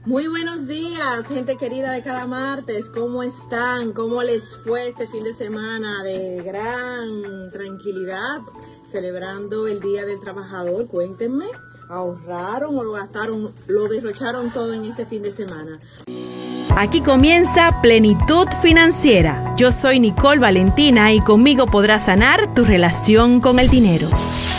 Muy buenos días, gente querida de cada martes. ¿Cómo están? ¿Cómo les fue este fin de semana de gran tranquilidad? Celebrando el Día del Trabajador. Cuéntenme, ¿ahorraron o lo gastaron, lo derrocharon todo en este fin de semana? Aquí comienza Plenitud Financiera. Yo soy Nicole Valentina y conmigo podrás sanar tu relación con el dinero.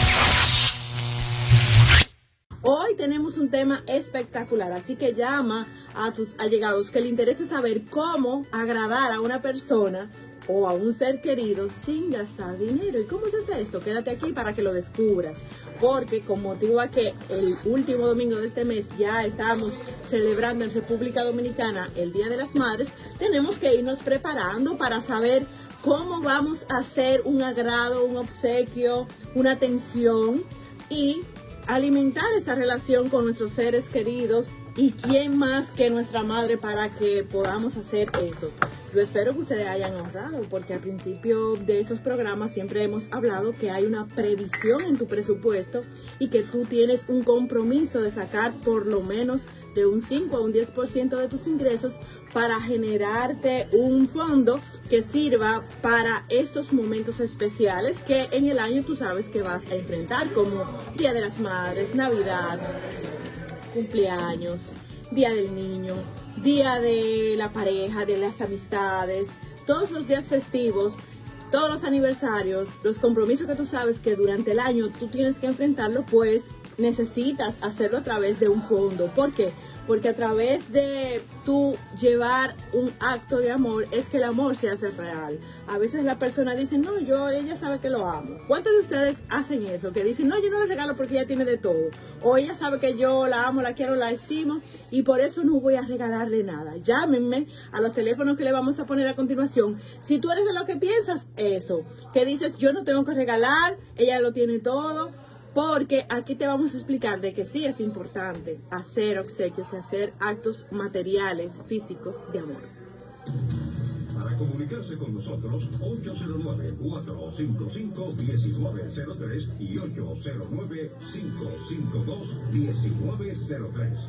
Hoy tenemos un tema espectacular, así que llama a tus allegados que le interese saber cómo agradar a una persona o a un ser querido sin gastar dinero. ¿Y cómo se hace esto? Quédate aquí para que lo descubras, porque con motivo a que el último domingo de este mes ya estamos celebrando en República Dominicana el Día de las Madres, tenemos que irnos preparando para saber cómo vamos a hacer un agrado, un obsequio, una atención y alimentar esa relación con nuestros seres queridos. ¿Y quién más que nuestra madre para que podamos hacer eso? Yo espero que ustedes hayan ahorrado, porque al principio de estos programas siempre hemos hablado que hay una previsión en tu presupuesto y que tú tienes un compromiso de sacar por lo menos de un 5 a un 10% de tus ingresos para generarte un fondo que sirva para estos momentos especiales que en el año tú sabes que vas a enfrentar, como Día de las Madres, Navidad, cumpleaños, Día del Niño, Día de la pareja, de las amistades, todos los días festivos, todos los aniversarios, los compromisos que tú sabes que durante el año tú tienes que enfrentarlo, pues necesitas hacerlo a través de un fondo. ¿Por qué? Porque a través de tú llevar un acto de amor es que el amor se hace real. A veces la persona dice, no, ella sabe que lo amo. ¿Cuántos de ustedes hacen eso? Que dicen, no, yo no le regalo porque ella tiene de todo. O ella sabe que yo la amo, la quiero, la estimo y por eso no voy a regalarle nada. Llámenme a los teléfonos que le vamos a poner a continuación. Si tú eres de lo que piensas eso, que dices, yo no tengo que regalar, ella lo tiene todo. Porque aquí te vamos a explicar de que sí es importante hacer obsequios y hacer actos materiales, físicos de amor. Para comunicarse con nosotros, 809-455-1903 y 809-552-1903.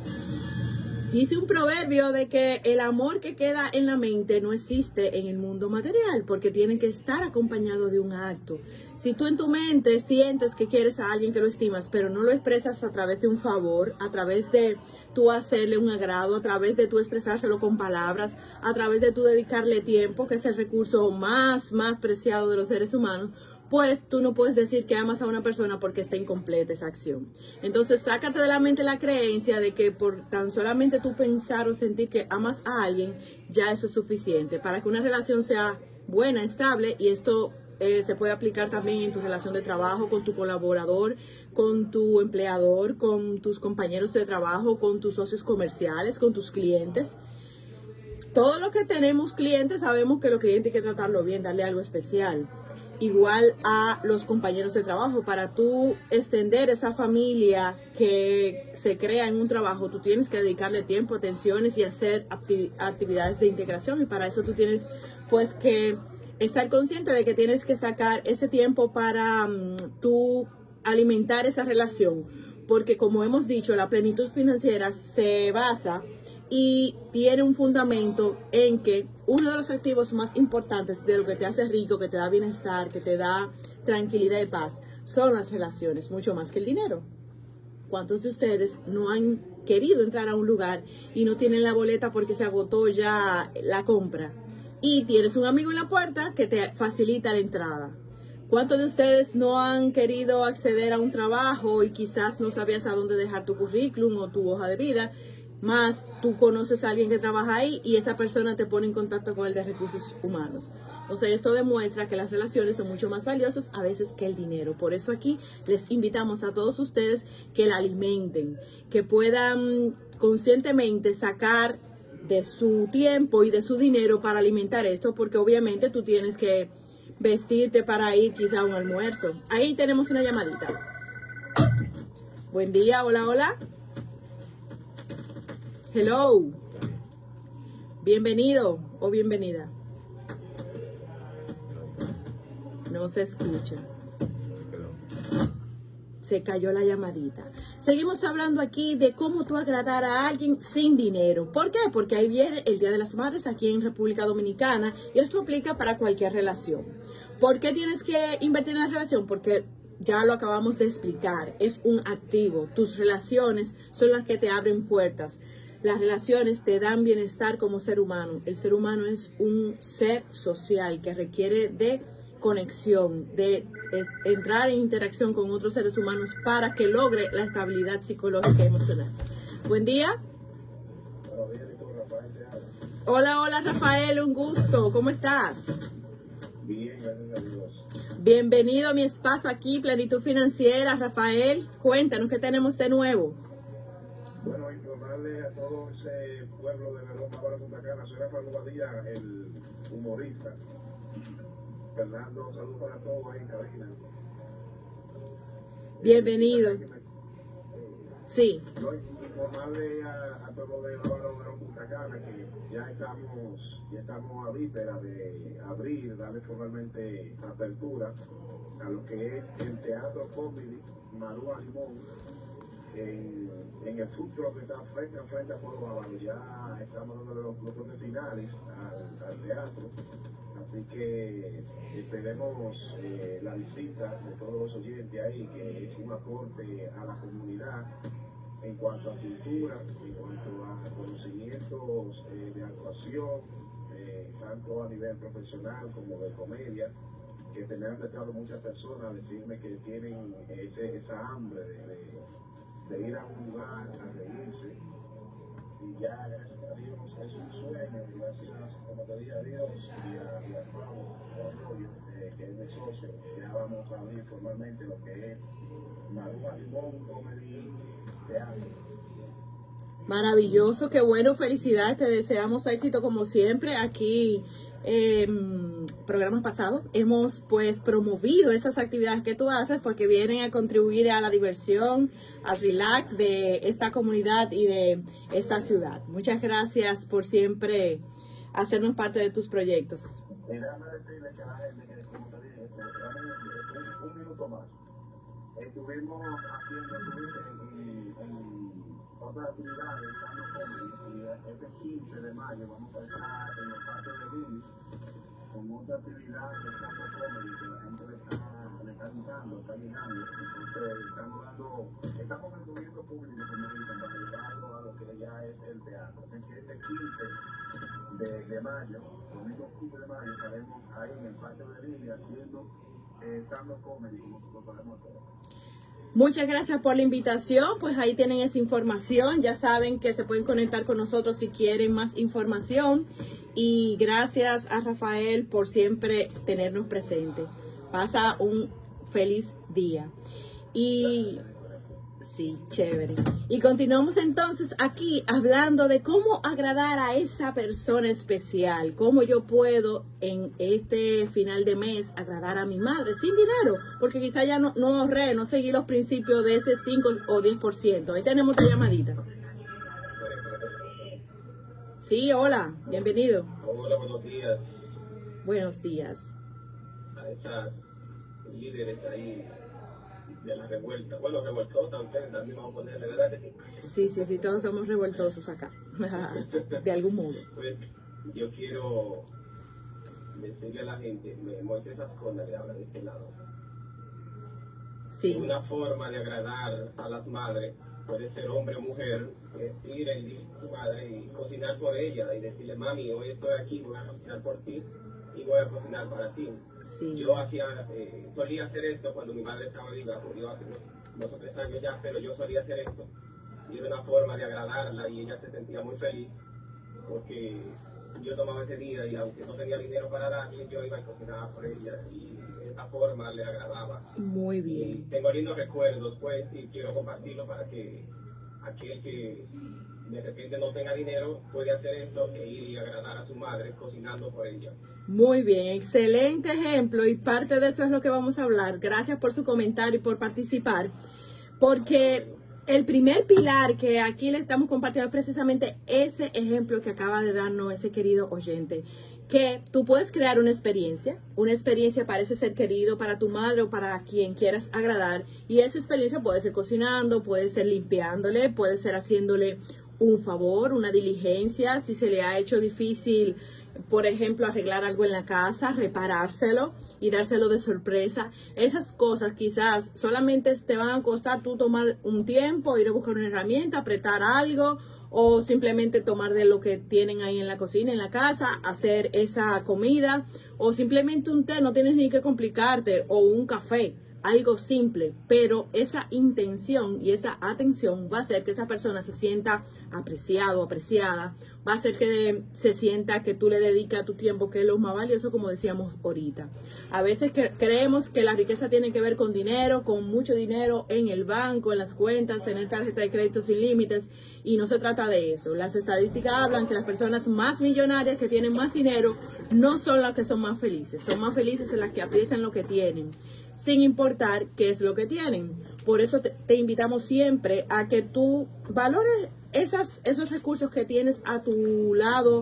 Dice un proverbio de que el amor que queda en la mente no existe en el mundo material, porque tiene que estar acompañado de un acto. Si tú en tu mente sientes que quieres a alguien que lo estimas, pero no lo expresas a través de un favor, a través de tú hacerle un agrado, a través de tú expresárselo con palabras, a través de tú dedicarle tiempo, que es el recurso más preciado de los seres humanos, pues tú no puedes decir que amas a una persona porque está incompleta esa acción. Entonces, sácate de la mente la creencia de que por tan solamente tú pensar o sentir que amas a alguien, ya eso es suficiente. Para que una relación sea buena, estable, y esto se puede aplicar también en tu relación de trabajo, con tu colaborador, con tu empleador, con tus compañeros de trabajo, con tus socios comerciales, con tus clientes. Todo lo que tenemos clientes, sabemos que los clientes hay que tratarlo bien, darle algo especial. Igual a los compañeros de trabajo, para tú extender esa familia que se crea en un trabajo, tú tienes que dedicarle tiempo, atenciones y hacer actividades de integración, y para eso tú tienes pues que estar consciente de que tienes que sacar ese tiempo para tú alimentar esa relación, porque como hemos dicho, la plenitud financiera se basa y tiene un fundamento en que uno de los activos más importantes de lo que te hace rico, que te da bienestar, que te da tranquilidad y paz, son las relaciones, mucho más que el dinero. ¿Cuántos de ustedes no han querido entrar a un lugar y no tienen la boleta porque se agotó ya la compra? Y tienes un amigo en la puerta que te facilita la entrada. ¿Cuántos de ustedes no han querido acceder a un trabajo y quizás no sabías a dónde dejar tu currículum o tu hoja de vida? Más tú conoces a alguien que trabaja ahí y esa persona te pone en contacto con el de recursos humanos. Entonces esto demuestra que las relaciones son mucho más valiosas a veces que el dinero. Por eso aquí les invitamos a todos ustedes que la alimenten, que puedan conscientemente sacar de su tiempo y de su dinero para alimentar esto, porque obviamente tú tienes que vestirte para ir quizá a un almuerzo. Ahí tenemos una llamadita. Buen día, hola, hola. Hello. Bienvenido o bienvenida. No se escucha. Se cayó la llamadita. Seguimos hablando aquí de cómo tú agradar a alguien sin dinero. ¿Por qué? Porque ahí viene el Día de las Madres aquí en República Dominicana y esto aplica para cualquier relación. ¿Por qué tienes que invertir en la relación? Porque ya lo acabamos de explicar, es un activo. Tus relaciones son las que te abren puertas. Las relaciones te dan bienestar como ser humano. El ser humano es un ser social que requiere de conexión, de entrar en interacción con otros seres humanos para que logre la estabilidad psicológica y emocional. Buen día. Hola, hola Rafael, un gusto. ¿Cómo estás? Bien, gracias a Dios. Bienvenido a mi espacio aquí, Plenitud Financiera. Rafael, cuéntanos qué tenemos de nuevo. Bueno, informarle a todo ese pueblo de la Loma para Punta Cana, soy Rafael Bobadilla, el humorista. Fernando, saludos para todos ahí en cabina. Bienvenido. Sí. Informarle a todo de la Barón Punta Cana que ya estamos a víspera de abrir, darle formalmente apertura a lo que es el Teatro Comedy Marúa Limón en el futuro que está frente a Pueblo Bávaro. Ya estamos dando los bloques finales al teatro. Así que esperemos la visita de todos los oyentes ahí, que es un aporte a la comunidad en cuanto a cultura, en cuanto a conocimientos de actuación, tanto a nivel profesional como de comedia, que me han acercado muchas personas a decirme que tienen esa hambre de ir a un lugar a reírse. Y ya, gracias a Dios, es un sueño, gracias, como te dije, a Dios y a Pablo Arroyo, que es mi socio. Ya vamos a abrir formalmente lo que es Marúa Limón Comedy Teatro. Maravilloso, qué bueno, felicidades, te deseamos éxito como siempre. Aquí programas pasados hemos pues promovido esas actividades que tú haces porque vienen a contribuir a la diversión, al relax de esta comunidad y de esta ciudad. Muchas gracias por siempre hacernos parte de tus proyectos. Déjame decirle que la gente, que como te dije, un minuto más. Estuvimos haciendo otras actividades, y este 15 de mayo vamos a estar en el Parque de Lili con otra actividad de stand comedy que la gente le está gustando, está llegando. Entonces estamos incluyendo público, como dicen, para llevarlo a lo que ya es el teatro. Así que este 15 de mayo, domingo 15 de mayo, estaremos ahí en el Parque de Lili haciendo stand comedy, como lo podemos hacer. Muchas gracias por la invitación, pues ahí tienen esa información, ya saben que se pueden conectar con nosotros si quieren más información y gracias a Rafael por siempre tenernos presente. Pasa un feliz día y sí, chévere. Y continuamos entonces aquí hablando de cómo agradar a esa persona especial, cómo yo puedo en este final de mes agradar a mi madre sin dinero, porque quizá ya no ahorré, no seguí los principios de ese 5 o 10%. Ahí tenemos tu llamadita. Sí, hola, bienvenido. Hola, buenos días. Buenos días. A esas líderes ahí de la revuelta. Bueno, revoltosa, ustedes también vamos a ponerle, ¿verdad? Sí, todos somos revoltosos acá, de algún modo. Pues yo quiero decirle a la gente, Moisés Ascona le habla de este lado. Sí. Una forma de agradar a las madres, puede ser hombre o mujer, es ir a tu madre y cocinar por ella y decirle, mami, hoy estoy aquí, voy a cocinar por ti y voy a cocinar para ti. Sí. Yo solía hacer esto cuando mi madre estaba viva, murió hace 2 o 3 años ya, pero yo solía hacer esto y era una forma de agradarla y ella se sentía muy feliz porque yo tomaba ese día y aunque no tenía dinero para darle, yo iba a cocinar por ella y de esa forma le agradaba. Muy bien. Y tengo lindos recuerdos pues y quiero compartirlo para que aquel que de repente no tenga dinero puede hacer esto e ir y agradar a su madre cocinando por ella. Muy bien, excelente ejemplo y parte de eso es lo que vamos a hablar. Gracias por su comentario y por participar, porque el primer pilar que aquí le estamos compartiendo es precisamente ese ejemplo que acaba de darnos ese querido oyente. que tú puedes crear una experiencia para ese ser querido, para tu madre o para quien quieras agradar, y esa experiencia puede ser cocinando, puede ser limpiándole, puede ser haciéndole un favor, una diligencia, si se le ha hecho difícil, por ejemplo, arreglar algo en la casa, reparárselo y dárselo de sorpresa. Esas cosas quizás solamente te van a costar tú tomar un tiempo, ir a buscar una herramienta, apretar algo, o simplemente tomar de lo que tienen ahí en la cocina, en la casa, hacer esa comida, o simplemente un té, no tienes ni que complicarte, o un café, algo simple, pero esa intención y esa atención va a hacer que esa persona se sienta apreciado, apreciada, va a hacer que se sienta que tú le dedicas tu tiempo, que es lo más valioso, como decíamos ahorita. A veces creemos que la riqueza tiene que ver con dinero, con mucho dinero en el banco, en las cuentas, tener tarjeta de crédito sin límites, y no se trata de eso. Las estadísticas hablan que las personas más millonarias, que tienen más dinero, no son las que son más felices en las que aprecian lo que tienen, sin importar qué es lo que tienen. Por eso te invitamos siempre a que tú valores esos recursos que tienes a tu lado,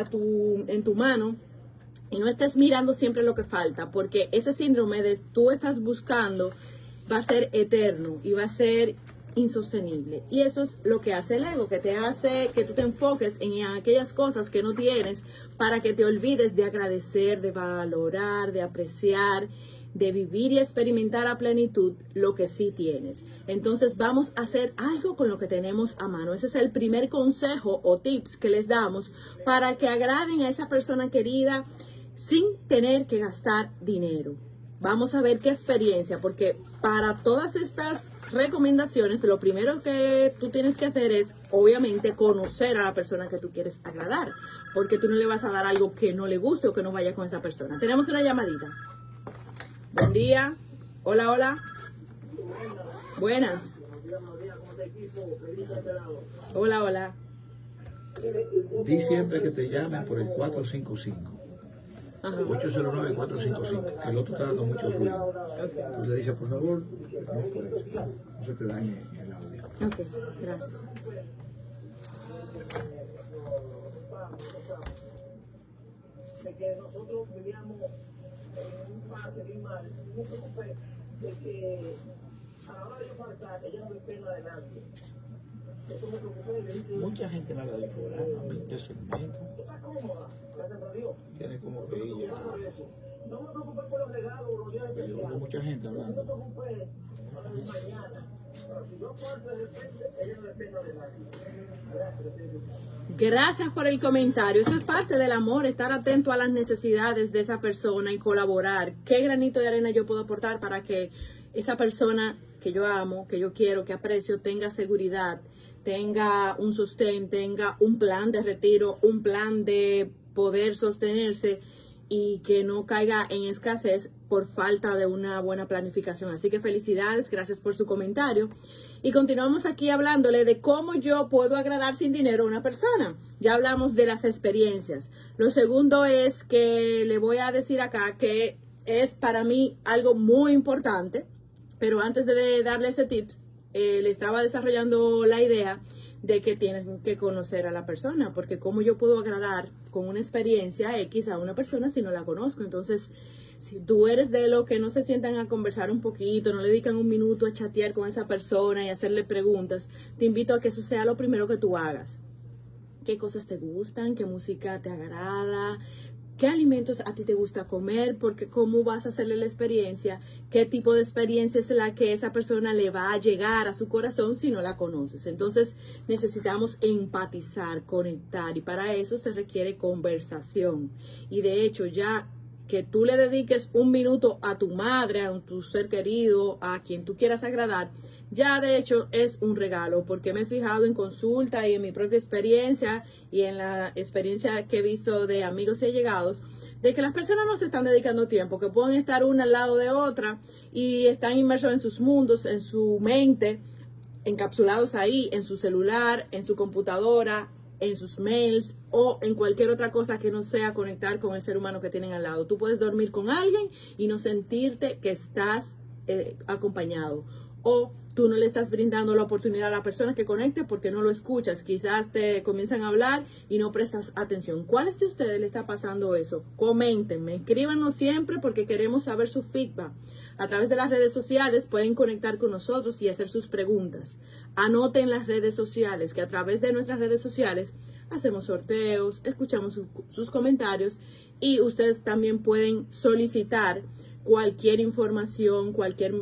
en tu mano, y no estés mirando siempre lo que falta, porque ese síndrome de tú estás buscando va a ser eterno y va a ser insostenible. Y eso es lo que hace el ego, que te hace que tú te enfoques en aquellas cosas que no tienes, para que te olvides de agradecer, de valorar, de apreciar, de vivir y experimentar a plenitud lo que sí tienes. Entonces vamos a hacer algo con lo que tenemos a mano. Ese es el primer consejo o tips que les damos para que agraden a esa persona querida sin tener que gastar dinero. Vamos a ver qué experiencia, porque para todas estas recomendaciones, lo primero que tú tienes que hacer es, obviamente, conocer a la persona que tú quieres agradar, porque tú no le vas a dar algo que no le guste o que no vaya con esa persona. Tenemos una llamadita. Buen día. Hola, hola. Buenas. Hola, hola. Di siempre que te llamen por el 455. 809-455, que el otro está dando mucho ruido. Entonces le dices, por favor, no por eso, no se te dañe el audio. Ok, gracias. De que nosotros vivíamos en un pase bien mal, no me preocupé de que a la hora de yo faltar, ella no me pena adelante. Eso me preocupé y le dije, Mucha gente me habla del programa, 20 segmentos. está cómoda, gracias a Dios. Tiene como que ella. No me preocupé por los regalos, los días Pero yo veo mucha gente no me hablando. preocupé para el mañana. Pero si yo falto de repente, ella no me pena adelante. Gracias por el comentario. Eso es parte del amor, estar atento a las necesidades de esa persona y colaborar. ¿Qué granito de arena yo puedo aportar para que esa persona que yo amo, que yo quiero, que aprecio, tenga seguridad, tenga un sostén, tenga un plan de retiro, un plan de poder sostenerse y que no caiga en escasez por falta de una buena planificación? Así que felicidades, gracias por su comentario. Y continuamos aquí hablándole de cómo yo puedo agradar sin dinero a una persona. Ya hablamos de las experiencias. Lo segundo es que le voy a decir acá que es para mí algo muy importante, pero antes de darle ese tips, le estaba desarrollando la idea de que tienes que conocer a la persona, porque cómo yo puedo agradar con una experiencia X a una persona si no la conozco. Entonces, si tú eres de los que no se sientan a conversar un poquito, no le dedican un minuto a chatear con esa persona y hacerle preguntas, te invito a que eso sea lo primero que tú hagas. ¿Qué cosas te gustan? ¿Qué música te agrada? ¿Qué alimentos a ti te gusta comer? Porque cómo vas a hacerle la experiencia, qué tipo de experiencia es la que esa persona le va a llegar a su corazón si no la conoces. Entonces necesitamos empatizar, conectar, y para eso se requiere conversación. Y de hecho, ya que tú le dediques un minuto a tu madre, a tu ser querido, a quien tú quieras agradar, ya de hecho es un regalo, porque me he fijado en consulta y en mi propia experiencia y en la experiencia que he visto de amigos y allegados, de que las personas no se están dedicando tiempo, que pueden estar una al lado de otra y están inmersos en sus mundos, en su mente, encapsulados ahí, en su celular, en su computadora, en sus mails o en cualquier otra cosa que no sea conectar con el ser humano que tienen al lado. Tú puedes dormir con alguien y no sentirte que estás acompañado. o tú no le estás brindando la oportunidad a la persona que conecte porque no lo escuchas. Quizás te comienzan a hablar y no prestas atención. ¿Cuáles de ustedes le está pasando eso? Coméntenme, escríbanos siempre porque queremos saber su feedback. A través de las redes sociales pueden conectar con nosotros y hacer sus preguntas. Anoten las redes sociales, que a través de nuestras redes sociales hacemos sorteos, escuchamos sus comentarios y ustedes también pueden solicitar cualquier información, cualquier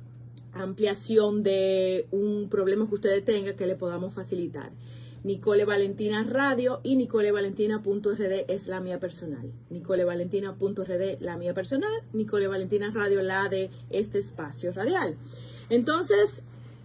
ampliación de un problema que ustedes tengan que le podamos facilitar. Nicole Valentina Radio y nicolevalentina.rd es la mía personal. nicolevalentina.rd la mía personal, Nicole Valentina Radio la de este espacio radial. Entonces,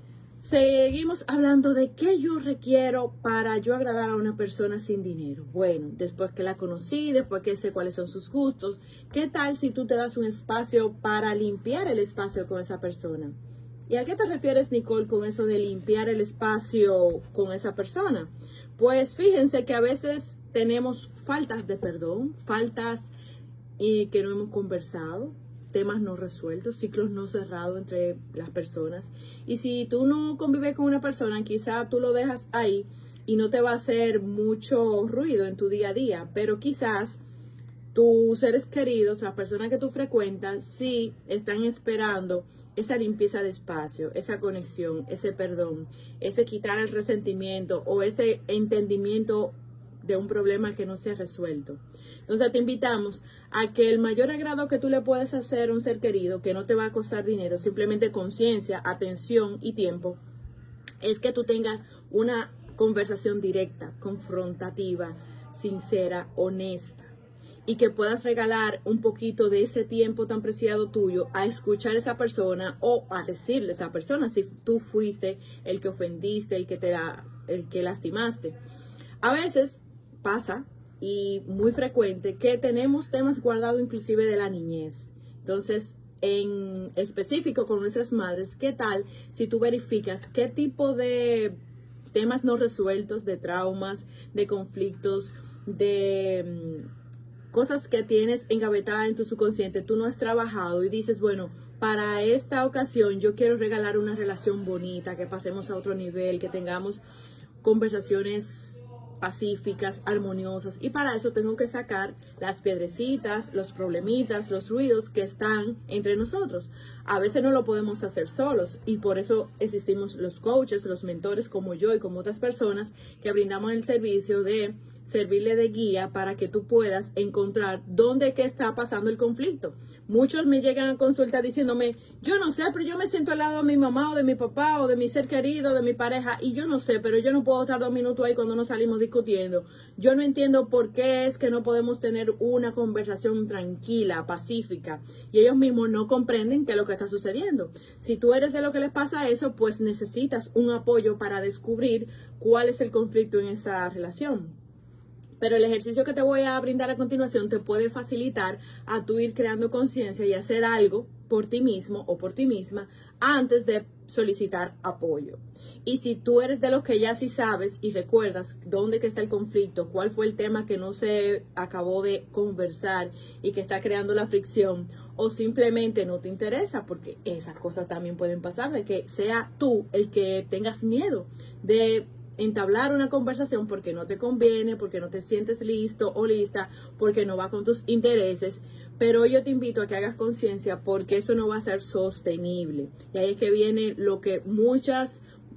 seguimos hablando de qué yo requiero para yo agradar a una persona sin dinero. Bueno, después que la conocí, después que sé cuáles son sus gustos, ¿qué tal si tú te das un espacio para limpiar el espacio con esa persona? ¿Y a qué te refieres, Nicole, con eso de limpiar el espacio con esa persona? Pues fíjense que a veces tenemos faltas de perdón, faltas que no hemos conversado, temas no resueltos, ciclos no cerrados entre las personas. Y si tú no convives con una persona, quizá tú lo dejas ahí y no te va a hacer mucho ruido en tu día a día, pero quizás tus seres queridos, las personas que tú frecuentas, sí están esperando esa limpieza de espacio, esa conexión, ese perdón, ese quitar el resentimiento o ese entendimiento de un problema que no se ha resuelto. Entonces te invitamos a que el mayor agrado que tú le puedes hacer a un ser querido, que no te va a costar dinero, simplemente conciencia, atención y tiempo, es que tú tengas una conversación directa, confrontativa, sincera, honesta, y que puedas regalar un poquito de ese tiempo tan preciado tuyo a escuchar a esa persona o a decirle a esa persona si tú fuiste el que ofendiste, el que lastimaste. A veces pasa, y muy frecuente, que tenemos temas guardados inclusive de la niñez. Entonces, en específico con nuestras madres, ¿qué tal si tú verificas qué tipo de temas no resueltos, de traumas, de conflictos, de cosas que tienes engavetadas en tu subconsciente, tú no has trabajado y dices, bueno, para esta ocasión yo quiero regalar una relación bonita, que pasemos a otro nivel, que tengamos conversaciones pacíficas, armoniosas, y para eso tengo que sacar las piedrecitas, los problemitas, los ruidos que están entre nosotros. A veces no lo podemos hacer solos y por eso existimos los coaches, los mentores como yo y como otras personas que brindamos el servicio de servirle de guía para que tú puedas encontrar dónde que está pasando el conflicto. Muchos me llegan a consulta diciéndome, yo no sé, pero yo me siento al lado de mi mamá o de mi papá o de mi ser querido, de mi pareja, y yo no sé, pero yo no puedo estar 2 minutos ahí cuando nos salimos discutiendo. Yo no entiendo por qué es que no podemos tener una conversación tranquila, pacífica, y ellos mismos no comprenden qué es lo que está sucediendo. Si tú eres de lo que les pasa eso, pues necesitas un apoyo para descubrir cuál es el conflicto en esta relación. Pero el ejercicio que te voy a brindar a continuación te puede facilitar a tú ir creando conciencia y hacer algo por ti mismo o por ti misma antes de solicitar apoyo. Y si tú eres de los que ya sí sabes y recuerdas dónde que está el conflicto, cuál fue el tema que no se acabó de conversar y que está creando la fricción, o simplemente no te interesa, porque esas cosas también pueden pasar, de que sea tú el que tengas miedo de entablar una conversación porque no te conviene, porque no te sientes listo o lista, porque no va con tus intereses, pero yo te invito a que hagas conciencia porque eso no va a ser sostenible. Y ahí es que viene lo que muchas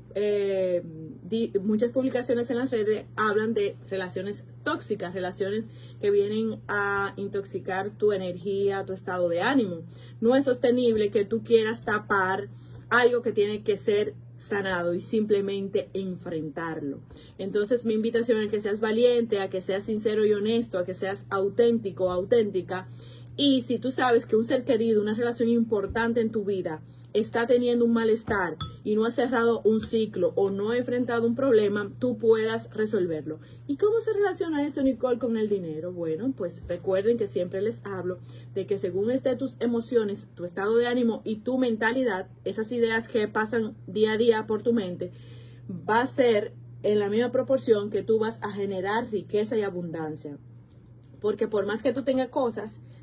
publicaciones en las redes hablan de relaciones tóxicas, relaciones que vienen a intoxicar tu energía, tu estado de ánimo. No es sostenible que tú quieras tapar algo que tiene que ser sanado y simplemente enfrentarlo. Entonces mi invitación es que seas valiente, a que seas sincero y honesto, a que seas auténtico o auténtica. Y si tú sabes que un ser querido, una relación importante en tu vida, está teniendo un malestar y no ha cerrado un ciclo o no ha enfrentado un problema, tú puedas resolverlo. ¿Y cómo se relaciona eso, Nicole, con el dinero? Bueno, pues recuerden que siempre les hablo de que según esté tus emociones, tu estado de ánimo y tu mentalidad, esas ideas que pasan día a día por tu mente, va a ser en la misma proporción que tú vas a generar riqueza y abundancia. Porque por más que tú tengas cosas,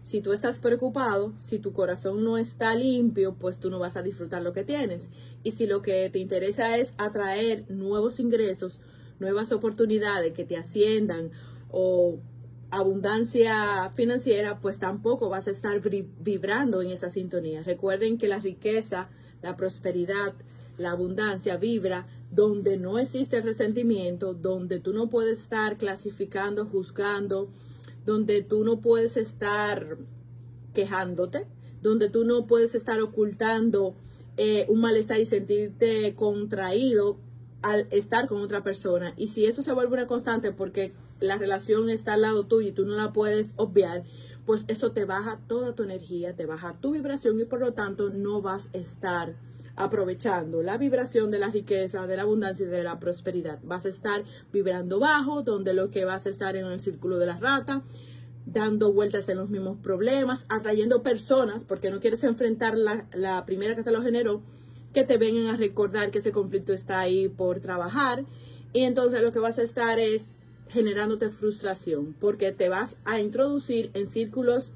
Si tú estás preocupado, si tu corazón no está limpio, pues tú no vas a disfrutar lo que tienes. Y si lo que te interesa es atraer nuevos ingresos, nuevas oportunidades que te asciendan o abundancia financiera, pues tampoco vas a estar vibrando en esa sintonía. Recuerden que la riqueza, la prosperidad, la abundancia vibra donde no existe el resentimiento, donde tú no puedes estar clasificando, juzgando, donde tú no puedes estar quejándote, donde tú no puedes estar ocultando un malestar y sentirte contraído al estar con otra persona. Y si eso se vuelve una constante porque la relación está al lado tuyo y tú no la puedes obviar, pues eso te baja toda tu energía, te baja tu vibración y por lo tanto no vas a estar aprovechando la vibración de la riqueza, de la abundancia y de la prosperidad. Vas a estar vibrando bajo, donde lo que vas a estar en el círculo de la rata, dando vueltas en los mismos problemas, atrayendo personas, porque no quieres enfrentar la primera que te lo generó, que te vengan a recordar que ese conflicto está ahí por trabajar. Y entonces lo que vas a estar es generándote frustración, porque te vas a introducir en círculos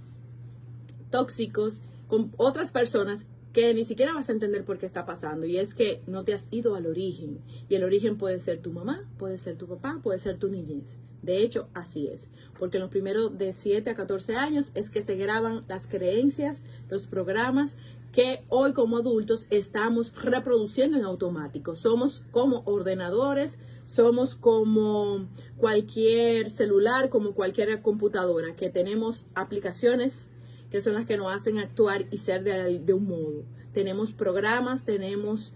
tóxicos con otras personas que ni siquiera vas a entender por qué está pasando. Y es que no te has ido al origen. Y el origen puede ser tu mamá, puede ser tu papá, puede ser tu niñez. De hecho, así es. Porque en los primeros de 7 a 14 años es que se graban las creencias, los programas que hoy como adultos estamos reproduciendo en automático. Somos como ordenadores, somos como cualquier celular, como cualquier computadora, que tenemos aplicaciones que son las que nos hacen actuar y ser de un modo. Tenemos programas, tenemos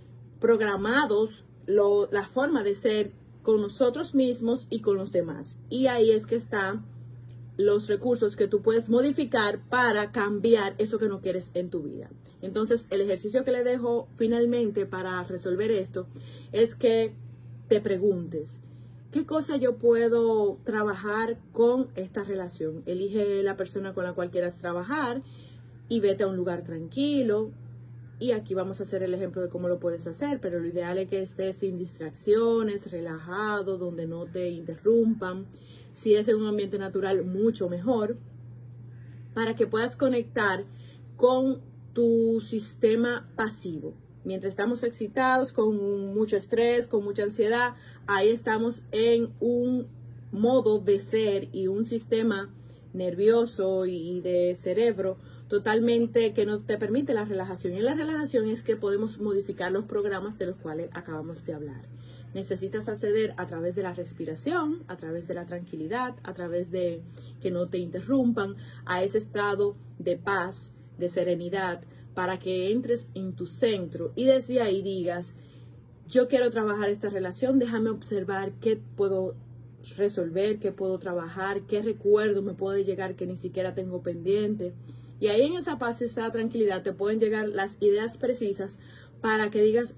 programados la forma de ser con nosotros mismos y con los demás. Y ahí es que están los recursos que tú puedes modificar para cambiar eso que no quieres en tu vida. Entonces, el ejercicio que le dejo finalmente para resolver esto es que te preguntes, ¿qué cosa yo puedo trabajar con esta relación? Elige la persona con la cual quieras trabajar y vete a un lugar tranquilo. Y aquí vamos a hacer el ejemplo de cómo lo puedes hacer, pero lo ideal es que estés sin distracciones, relajado, donde no te interrumpan. Si es en un ambiente natural, mucho mejor, para que puedas conectar con tu sistema pasivo. Mientras estamos excitados, con mucho estrés, con mucha ansiedad, ahí estamos en un modo de ser y un sistema nervioso y de cerebro totalmente que no te permite la relajación. Y la relajación es que podemos modificar los programas de los cuales acabamos de hablar. Necesitas acceder a través de la respiración, a través de la tranquilidad, a través de que no te interrumpan, a ese estado de paz, de serenidad, para que entres en tu centro y desde ahí digas, yo quiero trabajar esta relación, déjame observar qué puedo resolver, qué puedo trabajar, qué recuerdo me puede llegar que ni siquiera tengo pendiente. Y ahí en esa paz, esa tranquilidad, te pueden llegar las ideas precisas para que digas,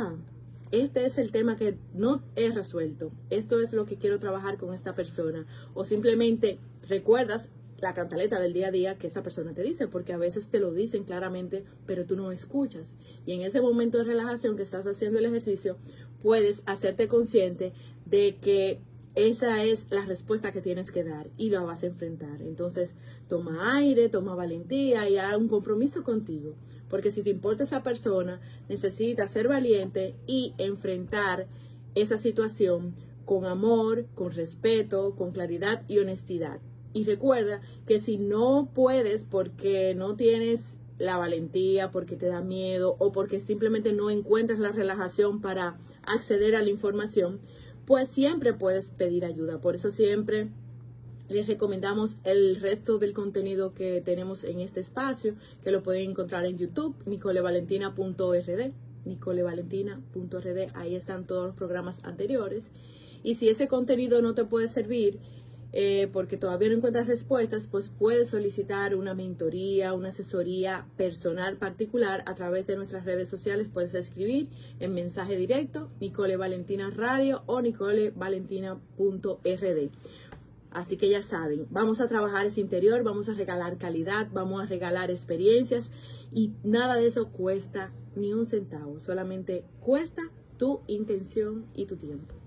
este es el tema que no he resuelto, esto es lo que quiero trabajar con esta persona. O simplemente recuerdas la cantaleta del día a día que esa persona te dice, porque a veces te lo dicen claramente, pero tú no escuchas. Y en ese momento de relajación que estás haciendo el ejercicio, puedes hacerte consciente de que esa es la respuesta que tienes que dar y la vas a enfrentar. Entonces, toma aire, toma valentía y haz un compromiso contigo. Porque si te importa esa persona, necesitas ser valiente y enfrentar esa situación con amor, con respeto, con claridad y honestidad. Y recuerda que si no puedes porque no tienes la valentía, porque te da miedo o porque simplemente no encuentras la relajación para acceder a la información, pues siempre puedes pedir ayuda. Por eso siempre les recomendamos el resto del contenido que tenemos en este espacio, que lo pueden encontrar en YouTube, nicolevalentina.rd, nicolevalentina.rd, ahí están todos los programas anteriores. Y si ese contenido no te puede servir, porque todavía no encuentras respuestas, pues puedes solicitar una mentoría, una asesoría personal particular a través de nuestras redes sociales. Puedes escribir en mensaje directo, Nicole Valentina Radio o nicolevalentina.rd. Así que ya saben, vamos a trabajar ese interior, vamos a regalar calidad, vamos a regalar experiencias y nada de eso cuesta ni un centavo, solamente cuesta tu intención y tu tiempo.